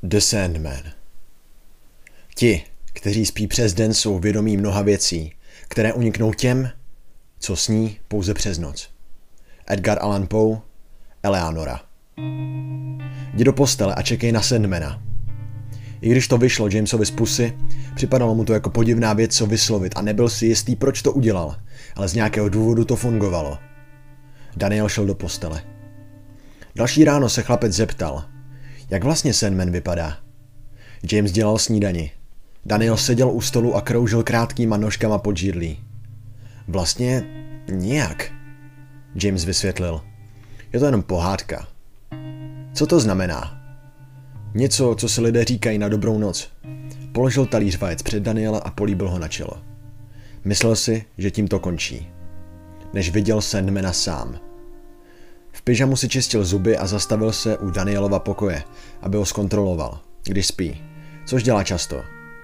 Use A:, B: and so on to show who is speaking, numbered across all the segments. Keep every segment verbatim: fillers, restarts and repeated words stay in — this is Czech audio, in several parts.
A: The Sandman. Ti, kteří spí přes den, jsou vědomí mnoha věcí, které uniknou těm, co sní pouze přes noc. Edgar Allan Poe, Eleanora. Jdi do postele a čekej na Sandmana. I když to vyšlo Jamesovi z pusy, připadalo mu to jako podivná věc, co vyslovit a nebyl si jistý, proč to udělal, ale z nějakého důvodu to fungovalo. Daniel šel do postele. Další ráno se chlapec zeptal, jak vlastně Sandman vypadá. James dělal snídani. Daniel seděl u stolu a kroužil krátkýma nožkama pod židlí. Vlastně nijak, James vysvětlil. Je to jenom pohádka. Co to znamená? Něco, co si lidé říkají na dobrou noc. Položil talíř vajec před Daniela a políbil ho na čelo. Myslel si, že tím to končí. Než viděl Sandmana sám. V pyžamu si čistil zuby a zastavil se u Danielova pokoje, aby ho zkontroloval, když spí, což dělá často.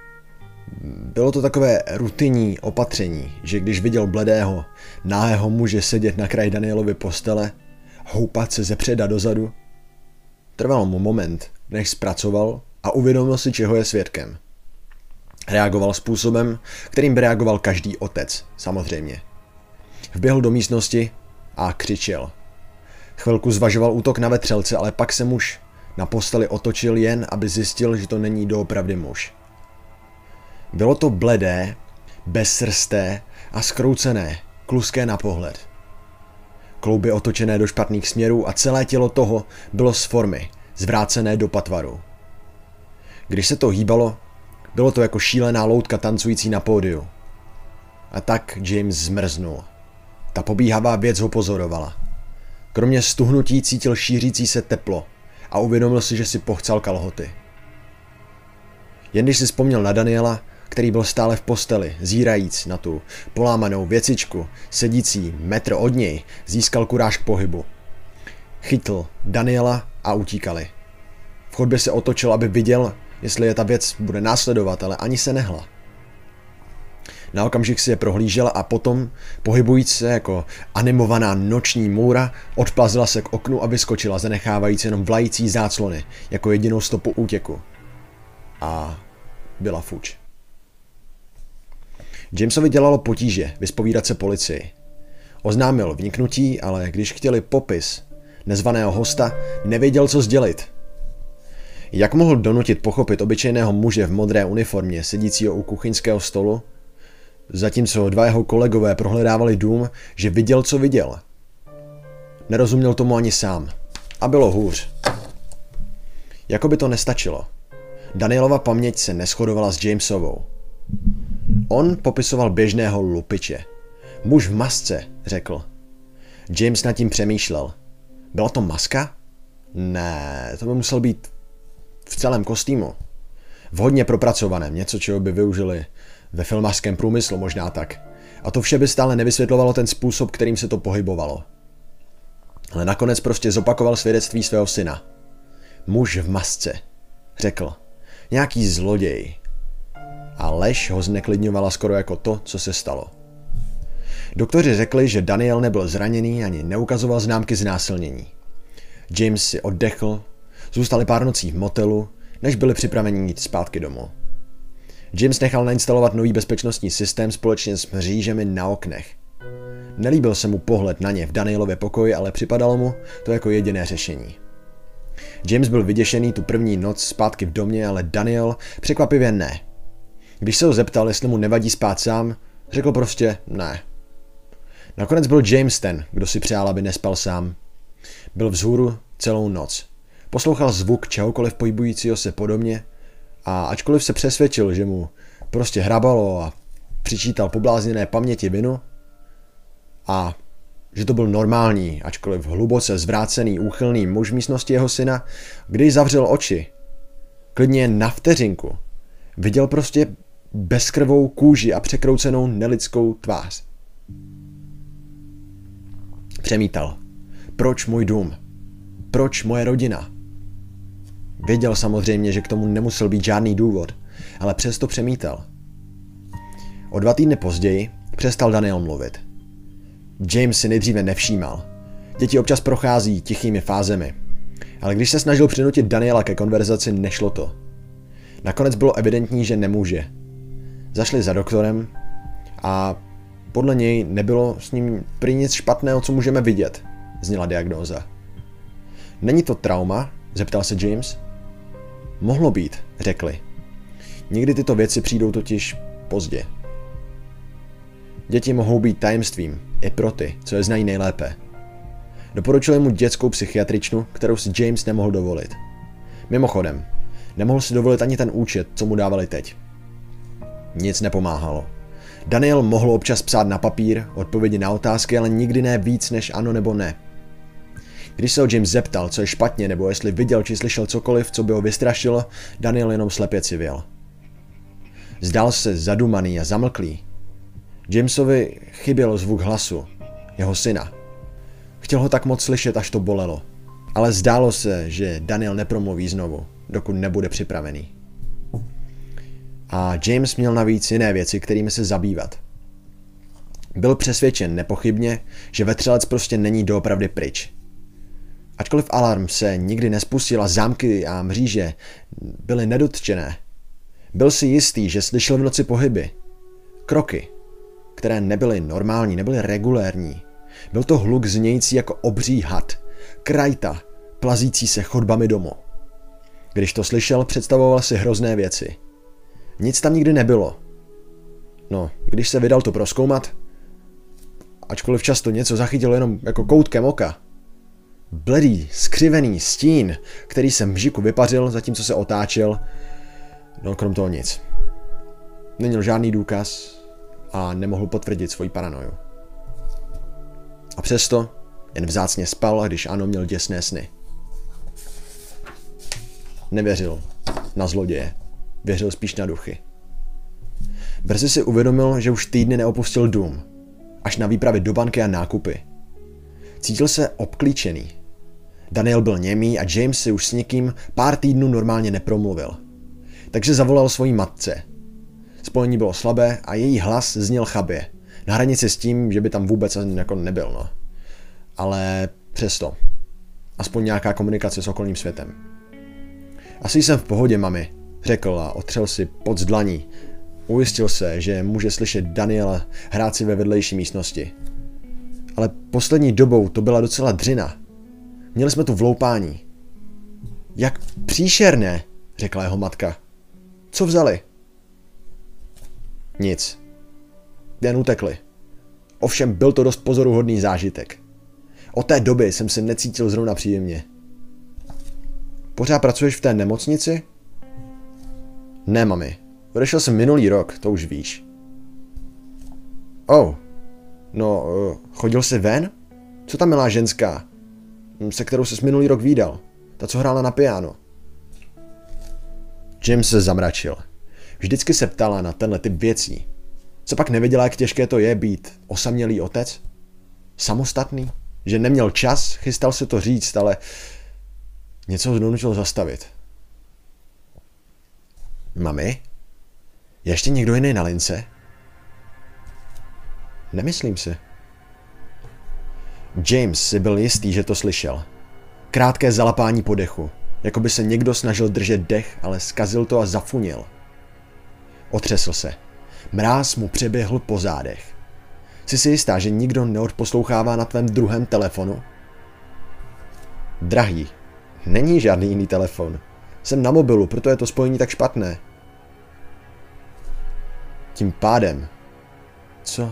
A: Bylo to takové rutinní opatření, že když viděl bledého, nahého muže sedět na kraji Danielovy postele, houpat se ze předa dozadu, trvalo mu moment, než zpracoval a uvědomil si, čeho je svědkem. Reagoval způsobem, kterým by reagoval každý otec, samozřejmě. Vběhl do místnosti a křičel. Chvilku zvažoval útok na vetřelce, ale pak se muž na posteli otočil jen, aby zjistil, že to není doopravdy muž. Bylo to bledé, bezsrsté a zkroucené, kluské na pohled. Klouby otočené do špatných směrů a celé tělo toho bylo z formy, zvrácené do patvaru. Když se to hýbalo, bylo to jako šílená loutka tancující na pódiu. A tak James zmrznul. Ta pobíhavá věc ho pozorovala. Kromě stuhnutí cítil šířící se teplo a uvědomil si, že si pochcal kalhoty. Jen když si vzpomněl na Daniela, který byl stále v posteli, zírajíc na tu polámanou věcičku, sedící metr od něj, získal kuráž k pohybu. Chytl Daniela a utíkali. V chodbě se otočil, aby viděl, jestli je ta věc bude následovat, ale ani se nehla. Na okamžik si je prohlížela a potom, pohybujíc se jako animovaná noční můra, odplazila se k oknu a vyskočila, zanechávajíc jenom vlající záclony, jako jedinou stopu útěku. A byla fuč. Jamesovi dělalo potíže vyspovídat se policii. Oznámil vniknutí, ale když chtěli popis nezvaného hosta, nevěděl, co sdělit. Jak mohl donutit pochopit obyčejného muže v modré uniformě, sedícího u kuchyňského stolu, zatímco dva jeho kolegové prohledávali dům, že viděl, co viděl? Nerozuměl tomu ani sám. A bylo hůř. Jako by to nestačilo. Danielova paměť se neshodovala s Jamesovou. On popisoval běžného lupiče. Muž v masce, řekl. James nad tím přemýšlel. Byla to maska? Ne, to by musel být v celém kostýmu. Vhodně propracovaném, něco, čeho by využili ve filmařském průmyslu, možná tak. A to vše by stále nevysvětlovalo ten způsob, kterým se to pohybovalo. Ale nakonec prostě zopakoval svědectví svého syna. Muž v masce, řekl. Nějaký zloděj. A lež ho zneklidňovala skoro jako to, co se stalo. Doktoři řekli, že Daniel nebyl zraněný ani neukazoval známky znásilnění. James si oddechl, zůstali pár nocí v motelu, než byli připraveni jít zpátky domů. James nechal nainstalovat nový bezpečnostní systém společně s mřížemi na oknech. Nelíbil se mu pohled na ně v Danielově pokoji, ale připadalo mu to jako jediné řešení. James byl vyděšený tu první noc zpátky v domě, ale Daniel překvapivě ne. Když se ho zeptal, jestli mu nevadí spát sám, řekl prostě ne. Nakonec byl James ten, kdo si přál, aby nespal sám. Byl vzhůru celou noc. Poslouchal zvuk čehokoliv pohybujícího se po domě a ačkoliv se přesvědčil, že mu prostě hrabalo a přičítal poblázněné paměti vinu a že to byl normální, ačkoliv hluboce zvrácený, úchylný muž v místnosti jeho syna, když zavřel oči, klidně jen na vteřinku, viděl prostě bezkrvou kůži a překroucenou nelidskou tvář. Přemítal. Proč můj dům? Proč moje rodina? Věděl samozřejmě, že k tomu nemusel být žádný důvod, ale přesto přemítal. O dva týdny později přestal Daniel mluvit. James si nejdříve nevšímal. Děti občas prochází tichými fázemi. Ale když se snažil přinutit Daniela ke konverzaci, nešlo to. Nakonec bylo evidentní, že nemůže. Zašli za doktorem a podle něj nebylo s ním prý nic špatného, co můžeme vidět, zněla diagnóza. Není to trauma? Zeptal se James. Mohlo být, řekli. Někdy tyto věci přijdou totiž pozdě. Děti mohou být tajemstvím, i pro ty, co je znají nejlépe. Doporučili mu dětskou psychiatričnu, kterou si James nemohl dovolit. Mimochodem, nemohl si dovolit ani ten účet, co mu dávali teď. Nic nepomáhalo. Daniel mohl občas psát na papír odpovědi na otázky, ale nikdy ne víc než ano nebo ne. Když se ho James zeptal, co je špatně, nebo jestli viděl či slyšel cokoliv, co by ho vystrašilo, Daniel jenom slepě civěl. Zdál se zadumaný a zamlklý. Jamesovi chyběl zvuk hlasu, jeho syna. Chtěl ho tak moc slyšet, až to bolelo. Ale zdálo se, že Daniel nepromluví znovu, dokud nebude připravený. A James měl navíc jiné věci, kterými se zabývat. Byl přesvědčen nepochybně, že vetřelec prostě není doopravdy pryč. Ačkoliv alarm se nikdy nespustil a zámky a mříže byly nedotčené, byl si jistý, že slyšel v noci pohyby. Kroky, které nebyly normální, nebyly regulérní. Byl to hluk znějící jako obří had, krajta, plazící se chodbami domů. Když to slyšel, představoval si hrozné věci. Nic tam nikdy nebylo. No, když se vydal to prozkoumat, ačkoliv často něco zachytil jenom jako koutkem oka. Bledý, skřivený stín, který se mžiku vypařil, zatímco se otáčel, no krom toho nic. Neměl žádný důkaz a nemohl potvrdit svoji paranoju. A přesto jen vzácně spal, a když ano, měl děsné sny. Nevěřil na zloděje, věřil spíš na duchy. Brzy si uvědomil, že už týdny neopustil dům, až na výpravy do banky a nákupy. Cítil se obklíčený. Daniel byl němý a James si už s nikým pár týdnů normálně nepromluvil. Takže zavolal svojí matce. Spojení bylo slabé a její hlas zněl chabě. Na hranici s tím, že by tam vůbec jako nebyl, no. Ale přesto. Aspoň nějaká komunikace s okolním světem. Asi jsem v pohodě, mami, řekl a otřel si pod z dlaní. Ujistil se, že může slyšet Daniela hrát si ve vedlejší místnosti. Ale poslední dobou to byla docela dřina. Měli jsme tu vloupání. Jak příšerné, řekla jeho matka. Co vzali? Nic. Jen utekli. Ovšem byl to dost pozoruhodný zážitek. Od té doby jsem se necítil zrovna příjemně. Pořád pracuješ v té nemocnici? Ne, mami. Odešel jsem minulý rok, to už víš. Oh. No, chodil jsi ven? Co ta milá ženská, se kterou ses minulý rok vídal? Ta, co hrála na piano. James se zamračil. Vždycky se ptala na tenhle typ věcí. Co pak nevěděla, jak těžké to je být osamělý otec? Samostatný? Že neměl čas, chystal se to říct, ale něco ho donutilo zastavit. Mami? Je ještě někdo jiný na lince? Nemyslím si. James si byl jistý, že to slyšel. Krátké zalapání po dechu, jako by se někdo snažil držet dech, ale zkazil to a zafunil. Otřesl se. Mráz mu přeběhl po zádech. Jsi si jistá, že nikdo neodposlouchává na tvém druhém telefonu? Drahý, není žádný jiný telefon. Jsem na mobilu, proto je to spojení tak špatné. Tím pádem... Co?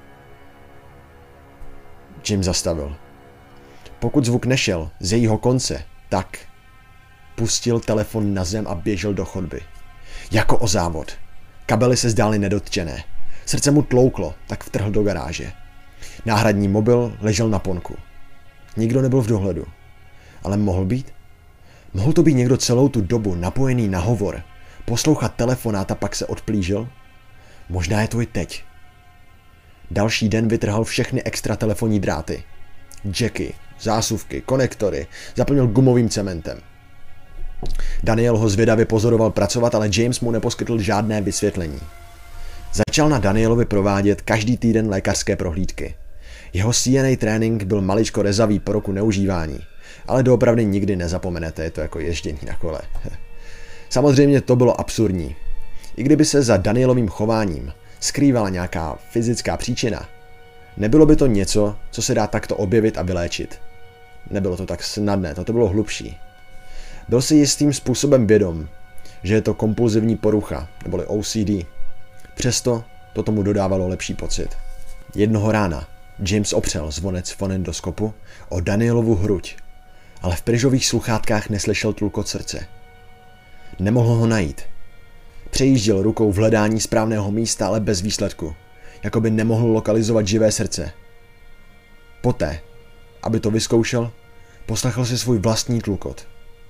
A: Jim zastavil. Pokud zvuk nešel z jejího konce, tak... Pustil telefon na zem a běžel do chodby. Jako o závod. Kabely se zdály nedotčené. Srdce mu tlouklo, tak vtrhl do garáže. Náhradní mobil ležel na ponku. Nikdo nebyl v dohledu. Ale mohl být? Mohl to být někdo celou tu dobu napojený na hovor, poslouchat telefonát a pak se odplížil? Možná je to i teď. Další den vytrhal všechny extra telefonní dráty. Jacky, zásuvky, konektory, zaplnil gumovým cementem. Daniel ho zvědavě pozoroval pracovat, ale James mu neposkytl žádné vysvětlení. Začal na Danielovi provádět každý týden lékařské prohlídky. Jeho C N A trénink byl maličko rezavý po roku neužívání, ale doopravdy nikdy nezapomenete, je to jako ježdění na kole. Samozřejmě to bylo absurdní. I kdyby se za Danielovým chováním skrývala nějaká fyzická příčina, nebylo by to něco, co se dá takto objevit a vyléčit. Nebylo to tak snadné, toto bylo hlubší. Byl si jistým způsobem vědom, že je to kompulzivní porucha, neboli O C D. Přesto to tomu dodávalo lepší pocit. Jednoho rána James opřel zvonec fonendoskopu o Danielovu hruď, ale v pryžových sluchátkách neslyšel tlukot srdce. Nemohl ho najít. Přejížděl rukou v hledání správného místa, ale bez výsledku, jako by nemohl lokalizovat živé srdce. Poté, aby to vyzkoušel, poslechl si svůj vlastní tlukot.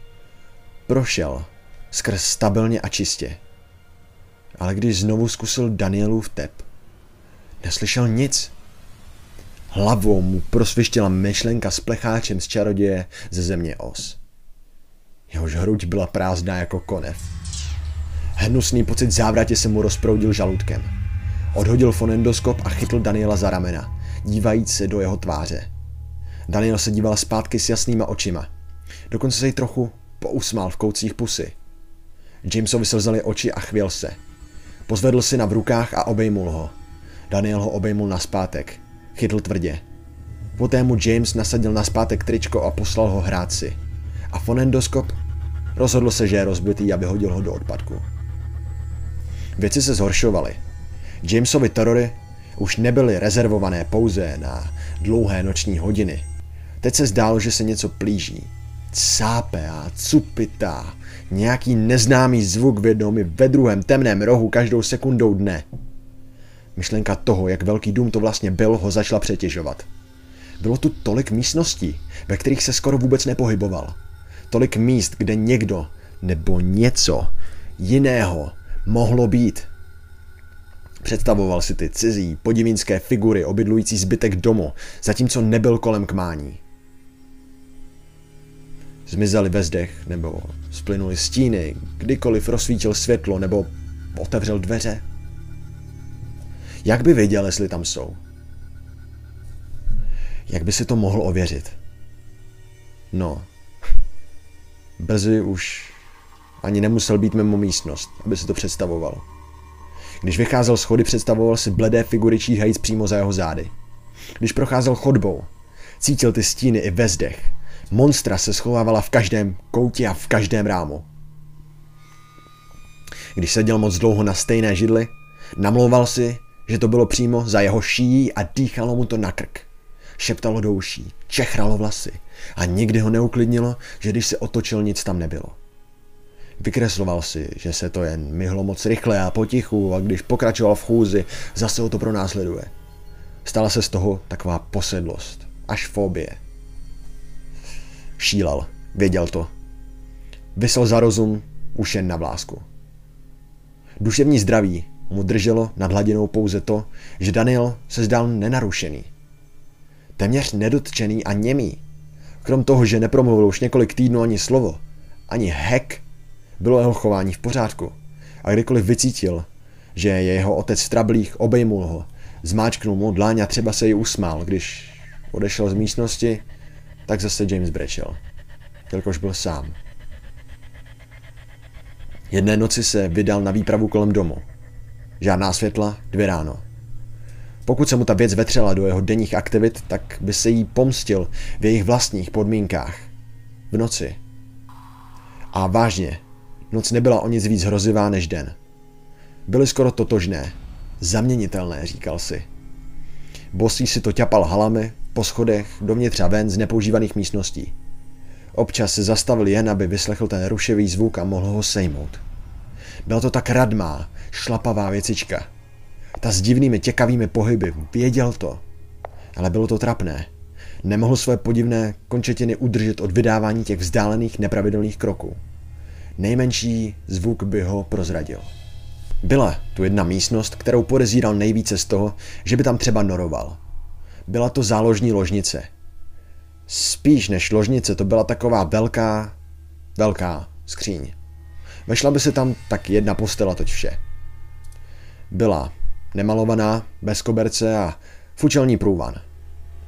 A: Prošel skrz stabilně a čistě. Ale když znovu zkusil Danielův tep, neslyšel nic. Hlavou mu prosvištěla myšlenka s plecháčem z čaroděje ze země Oz. Jehož hruď byla prázdná jako konev. Hnusný pocit závratě se mu rozproudil žaludkem. Odhodil fonendoskop a chytl Daniela za ramena, dívajíc se do jeho tváře. Daniel se díval zpátky s jasnýma očima. Dokonce se jí trochu pousmál v koutcích pusy. Jamesovi slzaly oči a chvěl se. Pozvedl si na v rukách a obejmul ho. Daniel ho obejmul nazpátek. Chytl tvrdě. Poté mu James nasadil nazpátek tričko a poslal ho hrát si. A fonendoskop rozhodl se, že je rozbitý a vyhodil ho do odpadku. Věci se zhoršovaly. Jamesovi terory už nebyly rezervované pouze na dlouhé noční hodiny. Teď se zdálo, že se něco plíží. Cápe a cupitá. Nějaký neznámý zvuk v jednom i ve druhém temném rohu každou sekundou dne. Myšlenka toho, jak velký dům to vlastně byl, ho začala přetěžovat. Bylo tu tolik místností, ve kterých se skoro vůbec nepohyboval. Tolik míst, kde někdo nebo něco jiného mohlo být. Představoval si ty cizí, podivínské figury obydlující zbytek domu, zatímco nebyl kolem k mání. Zmizely ve zdech, nebo splynuly stíny, kdykoliv rozsvítil světlo, nebo otevřel dveře. Jak by věděl, jestli tam jsou? Jak by si to mohl ověřit? No, brzy už ani nemusel být mimo místnost, aby si to představoval. Když vycházel schody, představoval si bledé figury číhajíc přímo za jeho zády. Když procházel chodbou, cítil ty stíny i ve zdech. Monstra se schovávala v každém koutě a v každém rámu. Když seděl moc dlouho na stejné židli, namlouval si, že to bylo přímo za jeho šíjí a dýchalo mu to na krk. Šeptalo do uší, čechralo vlasy a nikdy ho neuklidnilo, že když se otočil, nic tam nebylo. Vykresloval si, že se to jen myhlo moc rychle a potichu a když pokračoval v chůzi, zase ho to pronásleduje. Stala se z toho taková posedlost, až fobie. Šílel, věděl to. Visel za rozum, už jen na vlásku. Duševní zdraví mu drželo nad hladinou pouze to, že Daniel se zdál nenarušený. Téměř nedotčený a němý. Krom toho, že nepromluvil už několik týdnů ani slovo, ani hek, bylo jeho chování v pořádku. A kdykoliv vycítil, že je jeho otec v trablích, obejmul ho, zmáčknul mu dláň a třeba se jí usmál. Když odešel z místnosti, tak zase James brečel. Jelikož byl sám. Jedné noci se vydal na výpravu kolem domu. Žádná světla, dvě ráno. Pokud se mu ta věc vetřela do jeho denních aktivit, tak by se jí pomstil v jejich vlastních podmínkách. V noci. A vážně, noc nebyla o nic víc hrozivá než den. Byly skoro totožné. Zaměnitelné, říkal si. Bosý si to ťapal halami, po schodech, dovnitř a ven z nepoužívaných místností. Občas se zastavil jen, aby vyslechl ten rušivý zvuk a mohl ho sejmout. Byla to tak radmá, šlapavá věcička. Ta s divnými těkavými pohyby, věděl to. Ale bylo to trapné. Nemohl své podivné končetiny udržet od vydávání těch vzdálených nepravidelných kroků. Nejmenší zvuk by ho prozradil. Byla tu jedna místnost, kterou podezíral nejvíce z toho, že by tam třeba noroval. Byla to záložní ložnice. Spíš než ložnice to byla taková velká, velká skříň. Vešla by se tam tak jedna postela, toť vše. Byla nemalovaná, bez koberce a fučelní průvan.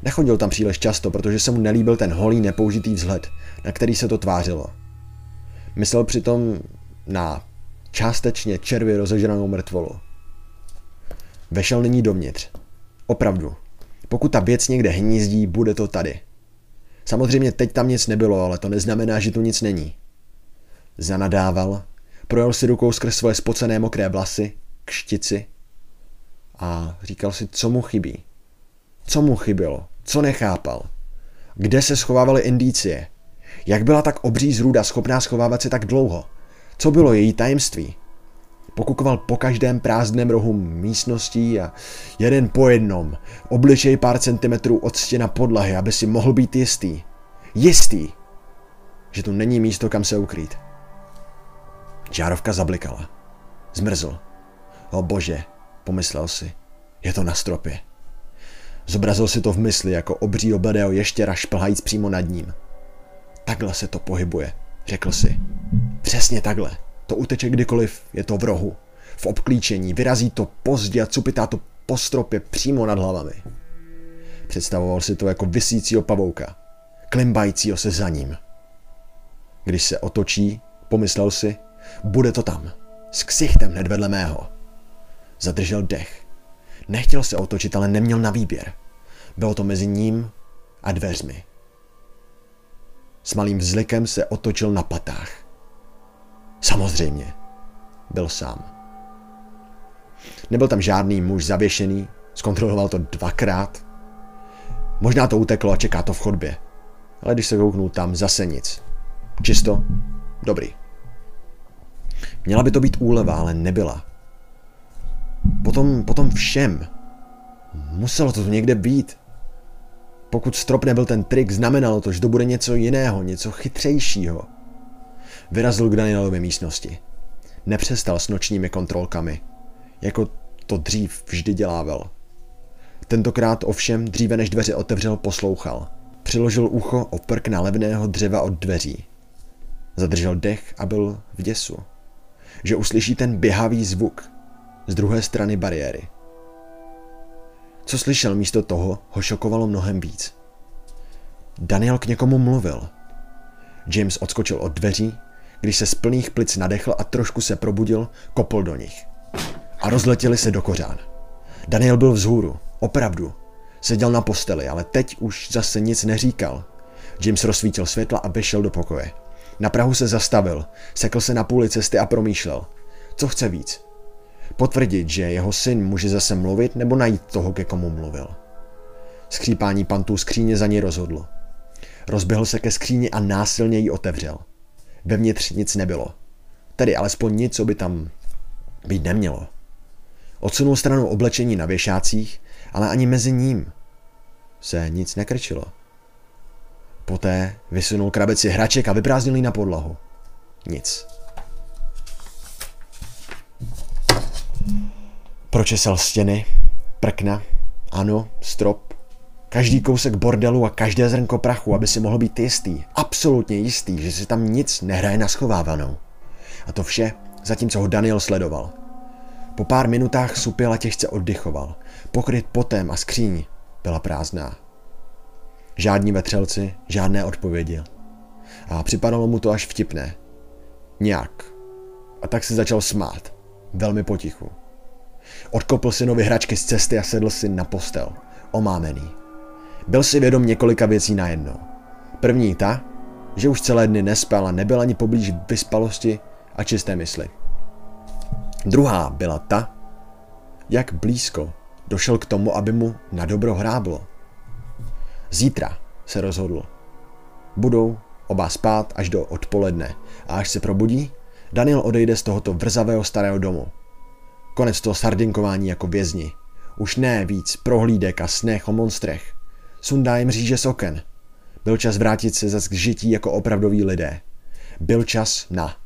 A: Nechodil tam příliš často, protože se mu nelíbil ten holý nepoužitý vzhled, na který se to tvářilo. Myslel přitom na částečně červy rozežranou mrtvolu. Vešel nyní dovnitř. Opravdu. Pokud ta věc někde hnízdí, bude to tady. Samozřejmě teď tam nic nebylo, ale to neznamená, že tu nic není. Zanadával, projel si rukou skrz svoje spocené mokré vlasy, k štici a říkal si, co mu chybí. Co mu chybělo? Co nechápal? Kde se schovávaly indicie? Jak byla tak obří zrůda schopná schovávat se tak dlouho? Co bylo její tajemství? Pokukoval po každém prázdném rohu místností a jeden po jednom, obličej pár centimetrů od stěna podlahy, aby si mohl být jistý. Jistý, že tu není místo, kam se ukrýt. Žárovka zablikala. Zmrzl. O bože, pomyslel si, je to na stropě. Zobrazil si to v mysli jako obří obledého ještěra šplhajíc přímo nad ním. Takhle se to pohybuje, řekl si. Přesně takhle. To uteče kdykoliv, je to v rohu. V obklíčení, vyrazí to pozdě a cupitá to po stropě přímo nad hlavami. Představoval si to jako visícího pavouka, klimbajícího se za ním. Když se otočí, pomyslel si, bude to tam, s ksichtem hned vedle mého. Zadržel dech. Nechtěl se otočit, ale neměl na výběr. Bylo to mezi ním a dveřmi. S malým vzlikem se otočil na patách. Samozřejmě. Byl sám. Nebyl tam žádný muž zavěšený, zkontroloval to dvakrát. Možná to uteklo a čeká to v chodbě. Ale když se kouknul tam, zase nic. Čisto, dobrý. Měla by to být úleva, ale nebyla. Potom, potom všem. Muselo to tu někde být. Pokud strop nebyl ten trik, znamenalo to, že to bude něco jiného, něco chytřejšího. Vyrazil k Danielově místnosti. Nepřestal s nočními kontrolkami, jako to dřív vždy dělával. Tentokrát ovšem dříve než dveře otevřel, poslouchal. Přiložil ucho o prk na levného dřeva od dveří. Zadržel dech a byl v děsu, že uslyší ten běhavý zvuk z druhé strany bariéry. Co slyšel místo toho, ho šokovalo mnohem víc. Daniel k někomu mluvil. James odskočil od dveří, když se z plných plic nadechl a trošku se probudil, kopl do nich. A rozletěli se do kořán. Daniel byl vzhůru, opravdu. Seděl na posteli, ale teď už zase nic neříkal. James rozsvítil světla a vešel do pokoje. Na prahu se zastavil, sekl se na půli cesty a promýšlel. Co chce víc? Potvrdit, že jeho syn může zase mluvit, nebo najít toho, ke komu mluvil? Skřípání pantů skříně za něj rozhodlo. Rozběhl se ke skříni a násilně ji otevřel. Vevnitř nic nebylo. Tedy alespoň nic, co by tam být nemělo. Odsunul stranou oblečení na věšácích, ale ani mezi ním se nic nekrčilo. Poté vysunul krabici hraček a vyprázdnil ji na podlahu. Nic. Pročesal stěny, prkna, ano, strop, každý kousek bordelu a každé zrnko prachu, aby si mohl být jistý, absolutně jistý, že si tam nic nehraje na schovávanou. A to vše, zatímco ho Daniel sledoval. Po pár minutách supěl a těžce oddychoval. Pokryt potem a skříň byla prázdná. Žádní vetřelci, žádné odpovědi. A připadalo mu to až vtipné. Nějak. A tak se začal smát. Velmi potichu. Odkopl synovi hračky z cesty a sedl si na postel. Omámený. Byl si vědom několika věcí najednou. První ta, že už celé dny nespal a nebyl ani poblíž vyspalosti a čisté mysli. Druhá byla ta, jak blízko došel k tomu, aby mu na dobro hráblo. Zítra, se rozhodl. Budou oba spát až do odpoledne a až se probudí, Daniel odejde z tohoto vrzavého starého domu. Konec toho sardinkování jako vězni. Už ne víc prohlídek a snech o monstrech. Sundá jim říže z oken. Byl čas vrátit se zas k žití jako opravdoví lidé. Byl čas na...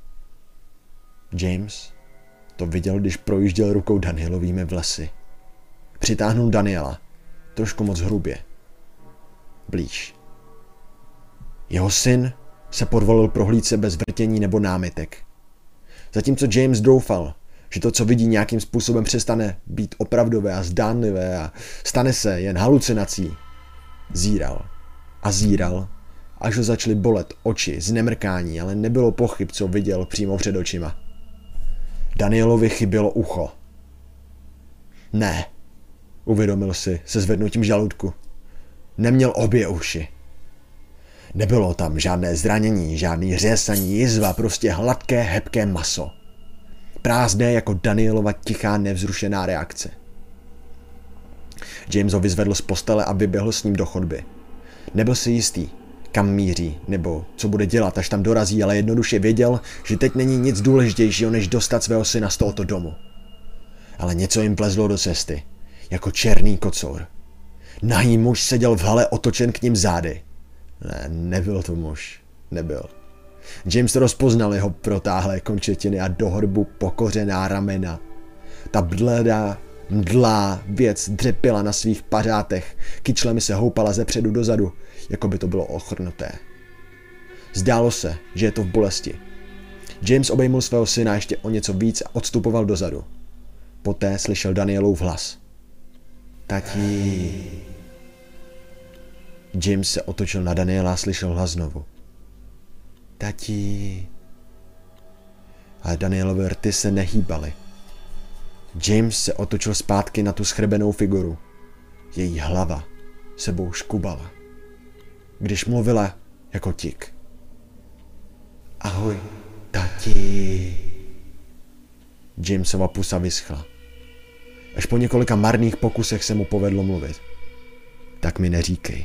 A: James to viděl, když projížděl rukou Danielovými vlasy. Přitáhnul Daniela, trošku moc hrubě. Blíž. Jeho syn se podvolil prohlídce bez vrtění nebo námitek. Zatímco James doufal, že to, co vidí, nějakým způsobem přestane být opravdové a zdánlivé a stane se jen halucinací, Zíral a zíral, až ho začaly bolet oči z nemrkání, ale nebylo pochyb, co viděl přímo před očima. Danielovi chybělo ucho. Ne, uvědomil si se zvednutím žaludku. Neměl obě uši. Nebylo tam žádné zranění, žádný řez ani jizva, prostě hladké, hebké maso. Prázdné jako Danielova tichá, nevzrušená reakce. James ho vyzvedl z postele a vyběhl s ním do chodby. Nebyl si jistý, kam míří, nebo co bude dělat, až tam dorazí, ale jednoduše věděl, že teď není nic důležitějšího, než dostat svého syna z tohoto domu. Ale něco jim plezlo do cesty, jako černý kocour. Nahý muž seděl v hale otočen k ním zády. Ne, nebyl to muž, nebyl. James rozpoznal jeho protáhlé končetiny a do hrbu pokořená ramena. Ta bledá, mdlá věc dřepila na svých pařátech, kyčlemi se houpala ze předu dozadu, jako by to bylo ochrnuté. Zdálo se, že je to v bolesti. James obejmul svého syna ještě o něco víc a odstupoval dozadu. Poté slyšel Danielův hlas. Tati. James se otočil na Daniela a slyšel hlas znovu. Tati. Ale Danielovi rty se nehýbaly. James se otočil zpátky na tu schrbenou figuru. Její hlava sebou škubala. Když mluvila jako tik. Ahoj, tati. Jamesova pusa vyschla. Až po několika marných pokusech se mu povedlo mluvit. Tak mi neříkej.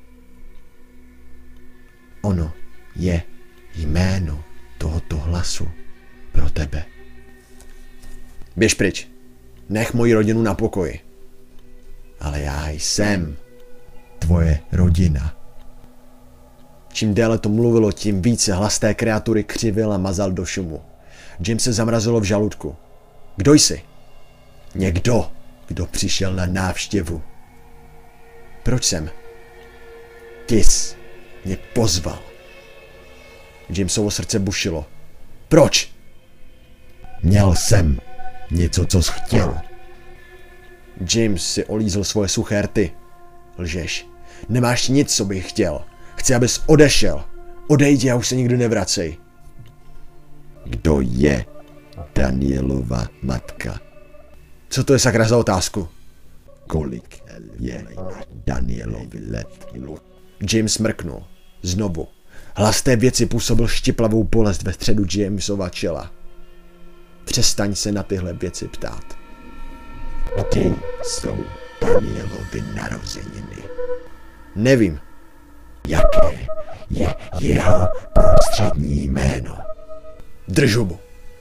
A: Ono je jméno tohoto hlasu pro tebe. Běž pryč. Nech moji rodinu na pokoji. Ale já jsem tvoje rodina. Čím déle to mluvilo, tím více hlas té kreatury křivil a mazal do šumu. James se zamrazilo v žaludku. Kdo jsi? Někdo, kdo přišel na návštěvu. Proč jsem? Ty jsi mě pozval. Jamesovo srdce bušilo. Proč? Měl jsem něco, co jsi chtěl. James si olízl svoje suché rty. Lžeš. Nemáš nic, co bych chtěl. Chci, abys odešel. Odejdi a už se nikdy nevracej. Kdo je Danielova matka? Co to je sakra za otázku? Kolik je Danielovi let? James mrknul. Znovu. Hlas té věci působil štiplavou bolest ve středu Jamesova čela. Přestaň se na tyhle věci ptát. Ty jsou Danielovy narozeniny. Nevím. Jaké je jeho prostřední jméno? Drž hubu.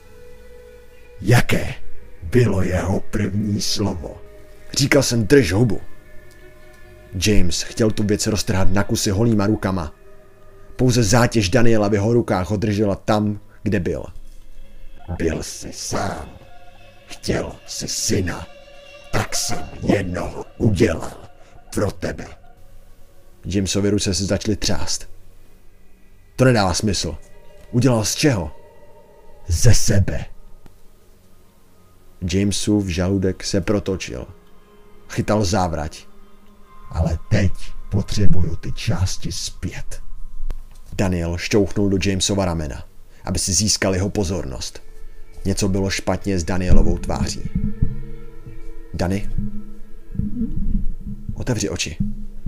A: Jaké bylo jeho první slovo? Říkal jsem drž hubu. James chtěl tu věc roztrhat na kusy holýma rukama. Pouze zátěž Daniela v jeho rukách ho držela tam, kde byl. Byl jsi sám. Chtěl jsi syna. Tak jsem jednoho udělal pro tebe. Jamesovy ruce se začaly třást. To nedává smysl. Udělal z čeho? Ze sebe. Jamesův žaludek se protočil. Chytal závrať. Ale teď potřebuju ty části zpět. Daniel šťouchnul do Jamesova ramena, aby si získal jeho pozornost. Něco bylo špatně s Danielovou tváří. Dani? Otevři oči.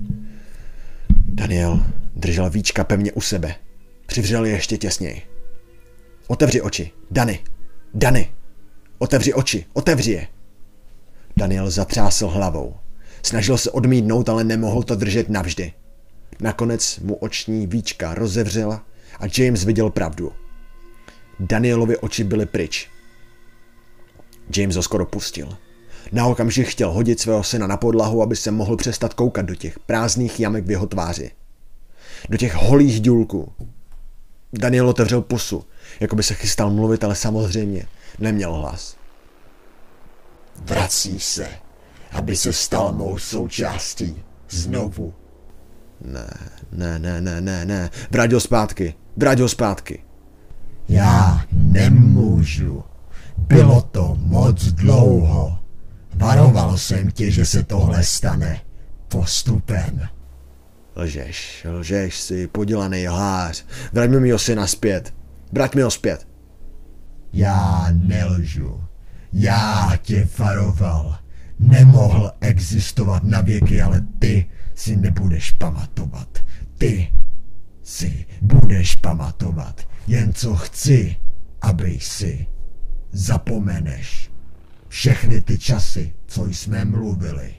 A: Daniel držel víčka pevně u sebe. Přivřel je ještě těsněji. Otevři oči. Dani. Dani. Otevři oči. Otevři je. Daniel zatřásl hlavou. Snažil se odmítnout, ale nemohl to držet navždy. Nakonec mu oční víčka rozevřela a James viděl pravdu. Danielovy oči byly pryč. James ho skoro pustil. Na okamžik chtěl hodit svého syna na podlahu, aby se mohl přestat koukat do těch prázdných jamek v jeho tváři. Do těch holých důlků. Daniel otevřel pusu, jako by se chystal mluvit, ale samozřejmě neměl hlas. Vrací se, aby se stal mou součástí znovu. Ne, ne, ne, ne, ne, ne. Vrať ho zpátky, vrať ho zpátky.
B: Já nemůžu. Bylo to moc dlouho. Varoval jsem tě, že se tohle stane postupem.
A: Lžeš, lžeš si, podělaný lhář. Vrať mi mýho syna zpět. Vrať mi ho zpět.
B: Já nelžu. Já tě varoval. Nemohl existovat na věky, ale ty si nebudeš pamatovat. Ty si budeš pamatovat. Jen co chci, aby si zapomeneš všechny ty časy, co jsme mluvili.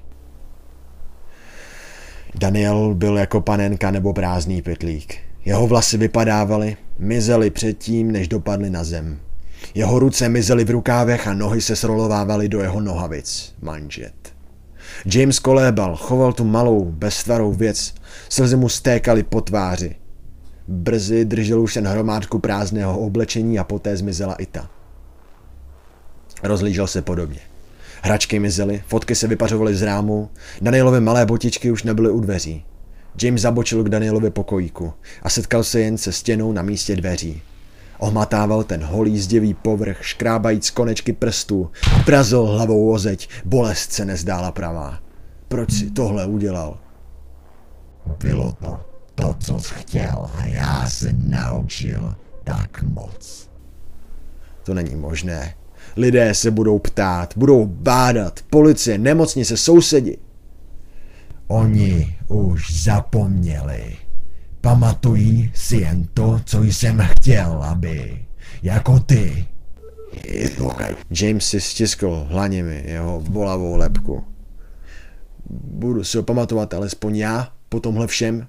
A: Daniel byl jako panenka nebo prázdný pytlík. Jeho vlasy vypadávaly, mizely předtím, než dopadly na zem. Jeho ruce mizely v rukávech a nohy se srolovávaly do jeho nohavic, manžet. James kolébal, choval tu malou, beztvarou věc, slzy mu stékaly po tváři. Brzy držel už jen hromádku prázdného oblečení a poté zmizela i ta. Rozlížel se podobně. Hračky mizely, fotky se vypařovaly z rámu, Danielovy malé botičky už nebyly u dveří. James zabočil k Danielově pokojíku a setkal se jen se stěnou na místě dveří. Ohmatával ten holý zděvý povrch, škrábajíc konečky prstů, prazil hlavou o zeď, bolest se nezdála pravá. Proč si tohle udělal?
B: Bylo to to, co jsi chtěl a já se naučil tak moc.
A: To není možné. Lidé se budou ptát, budou bádat, policie, nemocnice, sousedi.
B: Oni už zapomněli. Pamatují si jen to, co jsem chtěl, aby. Jako ty.
A: James si stiskl dlaněmi jeho bolavou lebku. Budu si ho pamatovat alespoň já po tomhle všem.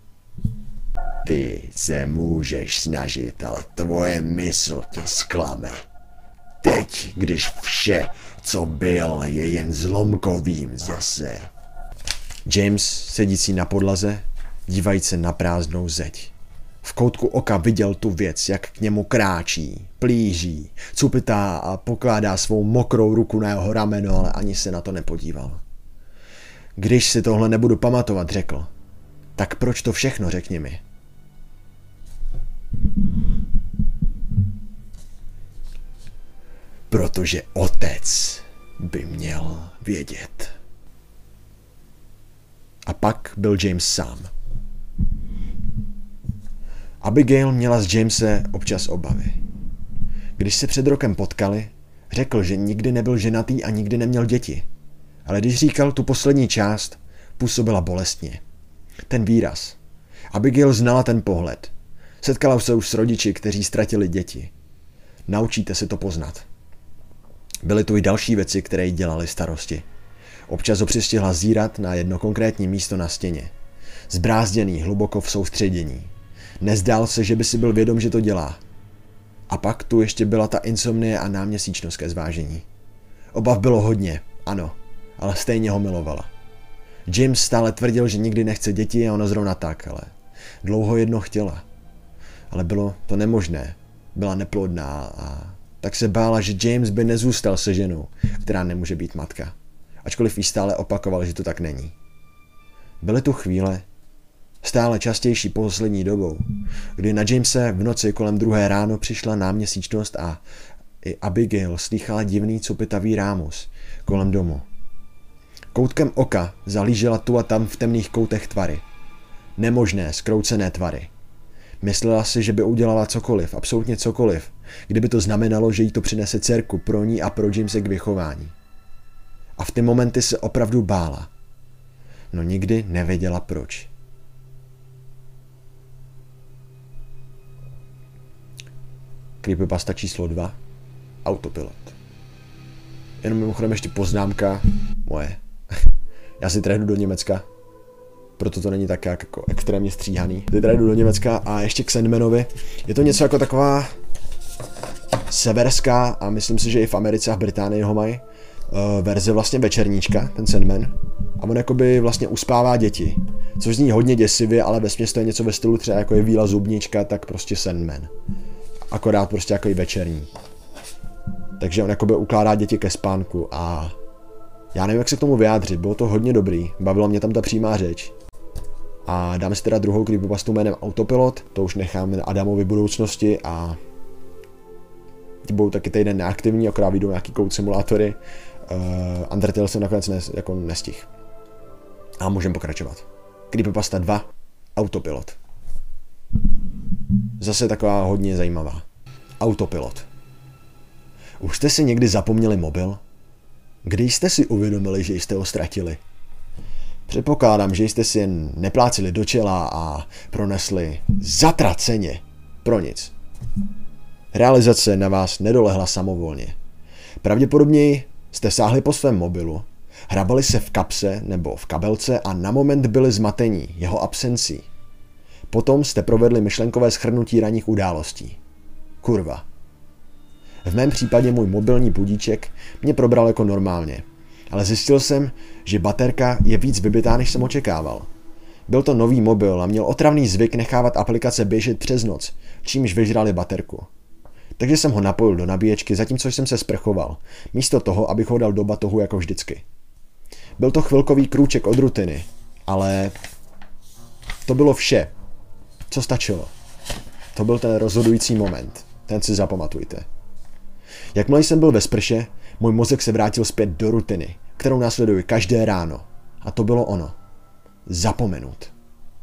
B: Ty se můžeš snažit, ale tvoje mysl tě zklame. Teď, když vše, co byl, je jen zlomkovým zase.
A: James, sedící na podlaze, dívajíc se na prázdnou zeď. V koutku oka viděl tu věc, jak k němu kráčí, plíží, cupitá a pokládá svou mokrou ruku na jeho rameno, ale ani se na to nepodíval. Když si tohle nebudu pamatovat, řekl, tak proč to všechno, řekni mi. Protože otec by měl vědět. A pak byl James sám. Abigail měla z Jamese občas obavy. Když se před rokem potkali, řekl, že nikdy nebyl ženatý a nikdy neměl děti. Ale když říkal tu poslední část, působila bolestně. Ten výraz. Abigail znala ten pohled. Setkala se už s rodiči, kteří ztratili děti. Naučíte se to poznat. Byly tu i další věci, které jí dělaly starosti. Občas ho přistihla zírat na jedno konkrétní místo na stěně. Zbrázděný hluboko v soustředění. Nezdál se, že by si byl vědom, že to dělá. A pak tu ještě byla ta insomnie a náměsíčnost ke zvážení. Obav bylo hodně, ano, ale stejně ho milovala. James stále tvrdil, že nikdy nechce děti a ona zrovna tak, ale dlouho jedno chtěla. Ale bylo to nemožné, byla neplodná a tak se bála, že James by nezůstal se ženou, která nemůže být matka. Ačkoliv jí stále opakoval, že to tak není. Byly tu chvíle, stále častější poslední dobou, kdy na Jamese v noci kolem druhé ráno přišla náměsíčnost a i Abigail slýchala divný cupitavý rámus kolem domu. Koutkem oka zalížela tu a tam v temných koutech tvary. Nemožné, zkroucené tvary. Myslela si, že by udělala cokoliv, absolutně cokoliv, kdyby to znamenalo, že jí to přinese dcerku pro ní a pro Jamese k vychování. A v ty momenty se opravdu bála. No nikdy nevěděla proč. Creepypasta číslo dva. Autopilot. Jenom mimochodem ještě poznámka moje. Já si teda jdu do Německa. Proto to není tak jako extrémně stříhaný. Teď teda jdu do Německa a ještě k Sandmanovi. Je to něco jako taková severská a myslím si, že i v Americe a v Británii ho mají. Uh, verze vlastně večerníčka, ten Sandman. A on jakoby vlastně uspává děti. Což zní hodně děsivě, ale vesměs to je něco ve stylu třeba jako je Víla zubnička, tak prostě Sandman. Akorát prostě jako i večerní. Takže on jakoby ukládá děti ke spánku a já nevím, jak se k tomu vyjádřit, bylo to hodně dobrý, bavila mě tam ta přímá řeč. A dáme si teda druhou creepypastu jménem Autopilot, to už necháme na Adamovi budoucnosti a ty budou taky týden neaktivní, akorát vyjdou nějaký code simulátory. Uh, Undertale jsem nakonec nes, jako nestihl. A můžeme pokračovat. Creepypasta dva. Autopilot. Zase taková hodně zajímavá. Autopilot. Už jste si někdy zapomněli mobil? Kdy jste si uvědomili, že jste ho ztratili? Předpokládám, že jste si jen neplácili do čela a pronesli zatraceně pro nic. Realizace na vás nedolehla samovolně. Pravděpodobně jste sáhli po svém mobilu, hrabali se v kapse nebo v kabelce a na moment byli zmatení jeho absencí. Potom jste provedli myšlenkové shrnutí ranních událostí. Kurva. V mém případě můj mobilní budíček mě probral jako normálně, ale zjistil jsem, že baterka je víc vybitá, než jsem očekával. Byl to nový mobil a měl otravný zvyk nechávat aplikace běžet přes noc, čímž vyžrali baterku. Takže jsem ho napojil do nabíječky, zatímco jsem se sprchoval, místo toho, abych ho dal do batohu jako vždycky. Byl to chvilkový krůček od rutiny, ale to bylo vše, co stačilo. To byl ten rozhodující moment, ten si zapamatujte. Jakmile jsem byl ve sprše, můj mozek se vrátil zpět do rutiny, kterou následuji každé ráno. A to bylo ono. Zapomenout.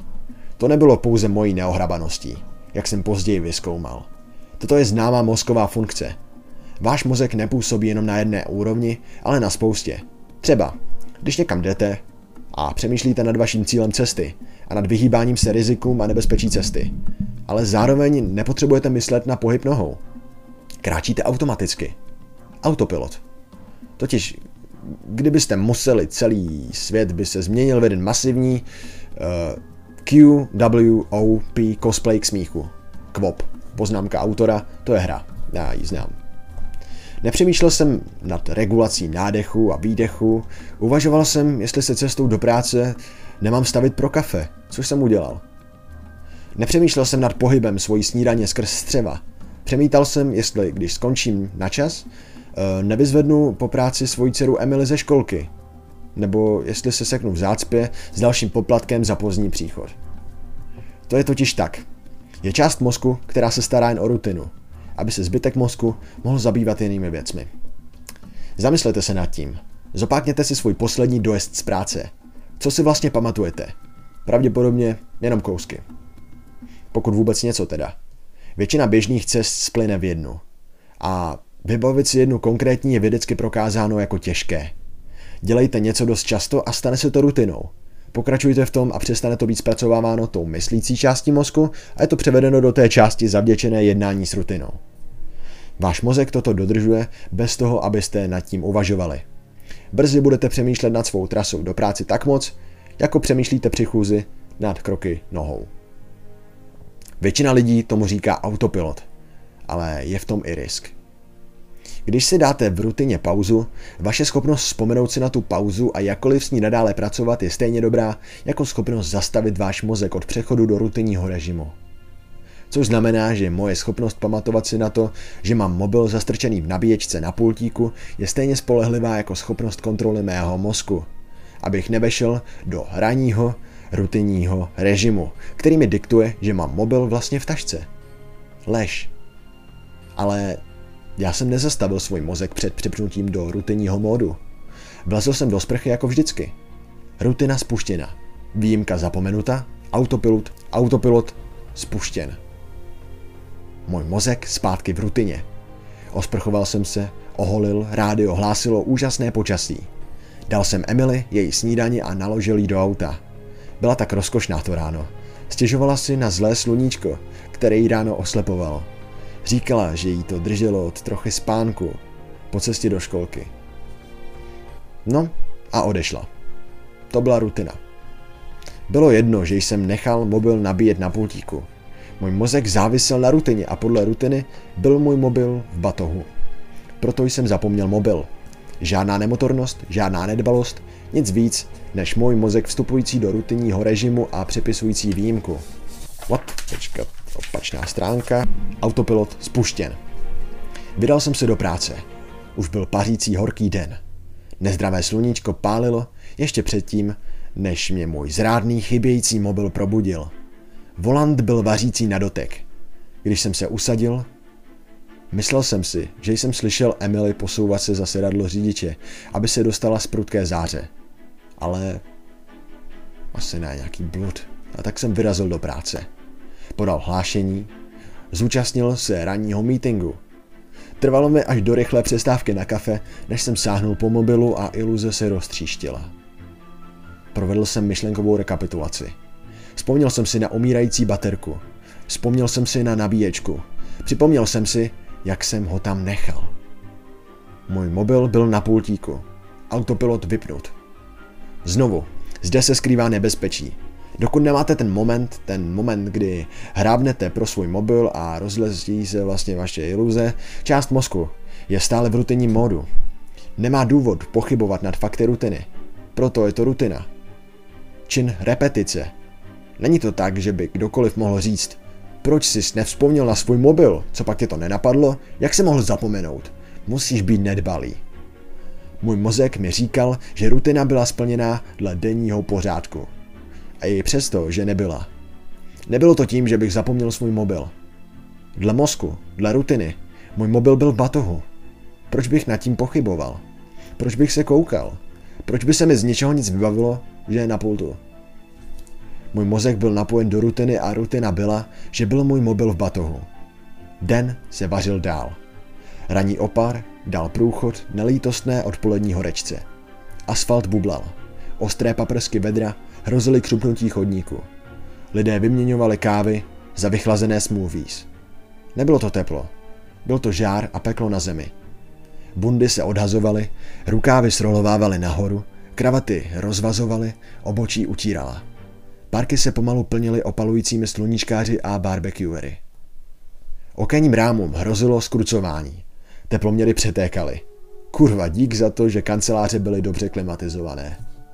A: To nebylo pouze mojí neohrabaností, jak jsem později vyzkoumal. Toto je známá mozková funkce. Váš mozek nepůsobí jenom na jedné úrovni, ale na spoustě. Třeba, když někam jdete a přemýšlíte nad vaším cílem cesty a nad vyhýbáním se rizikům a nebezpečí cesty, ale zároveň nepotřebujete myslet na pohyb nohou. Kráčíte automaticky. Autopilot. Totiž, kdybyste museli, celý svět by se změnil v jeden masivní uh, Q W O P cosplay k smíchu. Q W O P. Poznámka autora, to je hra. Já ji znám. Nepřemýšlel jsem nad regulací nádechu a výdechu, uvažoval jsem, jestli se cestou do práce nemám stavit pro kafe, což jsem udělal. Nepřemýšlel jsem nad pohybem svojí snídaně skrz střeva. Přemítal jsem, jestli, když skončím na čas, nevyzvednu po práci svoji dceru Emily ze školky, nebo jestli se seknu v zácpě s dalším poplatkem za pozdní příchod. To je totiž tak. Je část mozku, která se stará jen o rutinu, aby se zbytek mozku mohl zabývat jinými věcmi. Zamyslete se nad tím. Zopákněte si svůj poslední dojezd z práce. Co si vlastně pamatujete? Pravděpodobně jenom kousky. Pokud vůbec něco teda. Většina běžných cest splyne v jednu. A vybavit si jednu konkrétní je vědecky prokázáno jako těžké. Dělejte něco dost často a stane se to rutinou. Pokračujte v tom a přestane to být zpracováváno tou myslící částí mozku a je to převedeno do té části zavděčené jednání s rutinou. Váš mozek toto dodržuje bez toho, abyste nad tím uvažovali. Brzy budete přemýšlet nad svou trasou do práce tak moc, jako přemýšlíte při chůzi nad kroky nohou. Většina lidí tomu říká autopilot, ale je v tom i risk. Když si dáte v rutině pauzu, vaše schopnost vzpomenout si na tu pauzu a jakkoliv s ní nadále pracovat je stejně dobrá, jako schopnost zastavit váš mozek od přechodu do rutinního režimu. Což znamená, že moje schopnost pamatovat si na to, že mám mobil zastrčený v nabíječce na pultíku, je stejně spolehlivá jako schopnost kontroly mého mozku, abych nevešel do ranního, rutinního režimu, který mi diktuje, že mám mobil vlastně v tašce. Lež. Ale já jsem nezastavil svůj mozek před přepnutím do rutinního módu. Vlezl jsem do sprchy jako vždycky. Rutina spuštěna. Výjimka zapomenuta. Autopilot, autopilot spuštěn. Můj mozek zpátky v rutině. Osprchoval jsem se, oholil, rádio hlásilo úžasné počasí. Dal jsem Emily její snídani a naložil jí do auta. Byla tak rozkošná to ráno. Stěžovala si na zlé sluníčko, které jí ráno oslepovalo. Říkala, že jí to drželo od trochy spánku po cestě do školky. No a odešla. To byla rutina. Bylo jedno, že jsem nechal mobil nabíjet na pultíku. Můj mozek závisel na rutině a podle rutiny byl můj mobil v batohu. Proto jsem zapomněl mobil. Žádná nemotornost, žádná nedbalost, nic víc, než můj mozek vstupující do rutinního režimu a přepisující výjimku. What? Počkat, opačná stránka. Autopilot spuštěn. Vydal jsem se do práce. Už byl pařící horký den. Nezdravé sluníčko pálilo ještě předtím, než mě můj zrádný chybějící mobil probudil. Volant byl vařící na dotek. Když jsem se usadil, myslel jsem si, že jsem slyšel Emily posouvat se za sedadlo řidiče, aby se dostala z prudké záře. Ale asi ne, nějaký blud. A tak jsem vyrazil do práce. Podal hlášení, zúčastnil se ranního meetingu. Trvalo mi až do rychlé přestávky na kafe, než jsem sáhnul po mobilu a iluze se roztříštila. Provedl jsem myšlenkovou rekapitulaci. Vzpomněl jsem si na umírající baterku. Vzpomněl jsem si na nabíječku. Připomněl jsem si, jak jsem ho tam nechal. Můj mobil byl na pultíku. Autopilot vypnut. Znovu, zde se skrývá nebezpečí. Dokud nemáte ten moment, ten moment, kdy hrábnete pro svůj mobil a rozlezí se vlastně vaše iluze, část mozku je stále v rutinním módu. Nemá důvod pochybovat nad fakty rutiny. Proto je to rutina. Čin repetice. Není to tak, že by kdokoliv mohl říct, proč jsi nevzpomněl na svůj mobil, co pak tě to nenapadlo, jak se mohl zapomenout. Musíš být nedbalý. Můj mozek mi říkal, že rutina byla splněná dle denního pořádku. A i přesto, že nebyla. Nebylo to tím, že bych zapomněl svůj mobil. Dle mozku, dle rutiny, můj mobil byl v batohu. Proč bych nad tím pochyboval? Proč bych se koukal? Proč by se mi z ničeho nic vybavilo, že je na pultu? Můj mozek byl napojen do rutiny a rutina byla, že byl můj mobil v batohu. Den se vařil dál. Ranní opar dal průchod nelítostné odpolední horečce. Asfalt bublal. Ostré paprsky vedra hrozily křupnutí chodníku. Lidé vyměňovali kávy za vychlazené smoothies. Nebylo to teplo. Byl to žár a peklo na zemi. Bundy se odhazovaly, rukávy srolovávaly nahoru, kravaty rozvazovaly, obočí utírala. Parky se pomalu plnily opalujícími sluníčkáři a barbecuery. Okenním rámům hrozilo skrucování. Teploměry přetékaly. Kurva, dík za to, že kanceláře byly dobře klimatizované.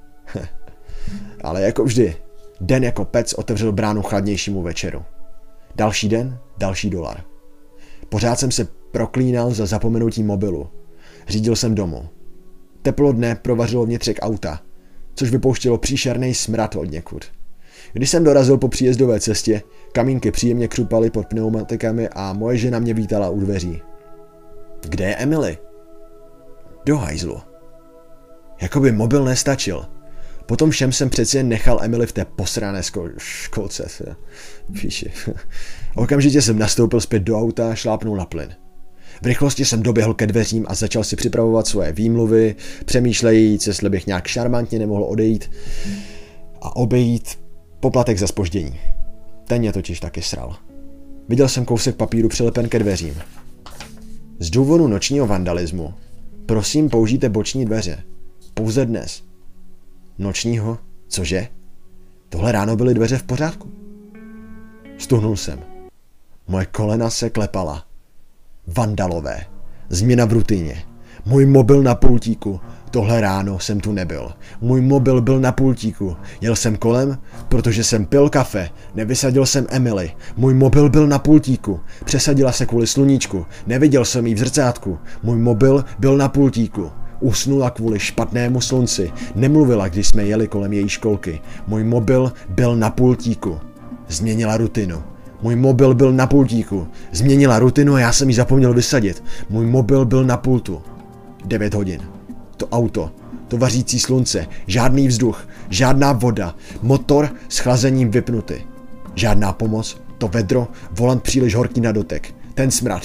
A: Ale jako vždy, den jako pec otevřel bránu chladnějšímu večeru. Další den, další dolar. Pořád jsem se proklínal za zapomenutím mobilu. Řídil jsem domů. Teplo dne provařilo vnitřek auta, což vypouštělo příšerný smrad od někud. Když jsem dorazil po příjezdové cestě, kamínky příjemně křupaly pod pneumatikami a moje žena mě vítala u dveří. Kde je Emily? Do hajzlu. Jakoby mobil nestačil. Potom všem jsem přeci jen nechal Emily v té posrané sko- školce. Píši. Okamžitě jsem nastoupil zpět do auta a šlápnul na plyn. V rychlosti jsem doběhl ke dveřím a začal si připravovat svoje výmluvy, přemýšlejíc, jestli bych nějak šarmantně nemohl odejít a obejít poplatek za zpoždění. Ten mě totiž taky sral. Viděl jsem kousek papíru přilepen ke dveřím. Z důvodu nočního vandalismu prosím použijte boční dveře. Pouze dnes. Nočního? Cože? Tohle ráno byly dveře v pořádku. Stuhnul jsem. Moje kolena se klepala. Vandalové. Změna v rutině. Můj mobil na pultíku. Tohle ráno jsem tu nebyl. Můj mobil byl na pultíku. Jel jsem kolem, protože jsem pil kafe. Nevysadil jsem Emily. Můj mobil byl na pultíku. Přesadila se kvůli sluníčku. Neviděl jsem jí v zrcátku. Můj mobil byl na pultíku. Usnula kvůli špatnému slunci. Nemluvila, když jsme jeli kolem její školky. Můj mobil byl na pultíku. Změnila rutinu. Můj mobil byl na pultíku. Změnila rutinu a já jsem ji zapomněl vysadit. Můj mobil byl na pultu. Devět hodin. To auto. To vařící slunce. Žádný vzduch. Žádná voda. Motor s chlazením vypnutý. Žádná pomoc. To vedro. Volant příliš horký na dotek. Ten smrad.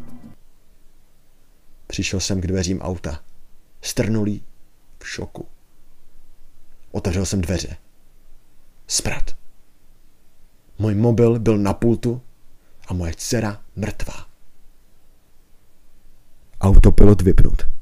A: Přišel jsem k dveřím auta. Strnulý. V šoku. Otevřel jsem dveře. Smrad. Můj mobil byl na pultu a moje dcera mrtvá. Autopilot vypnut.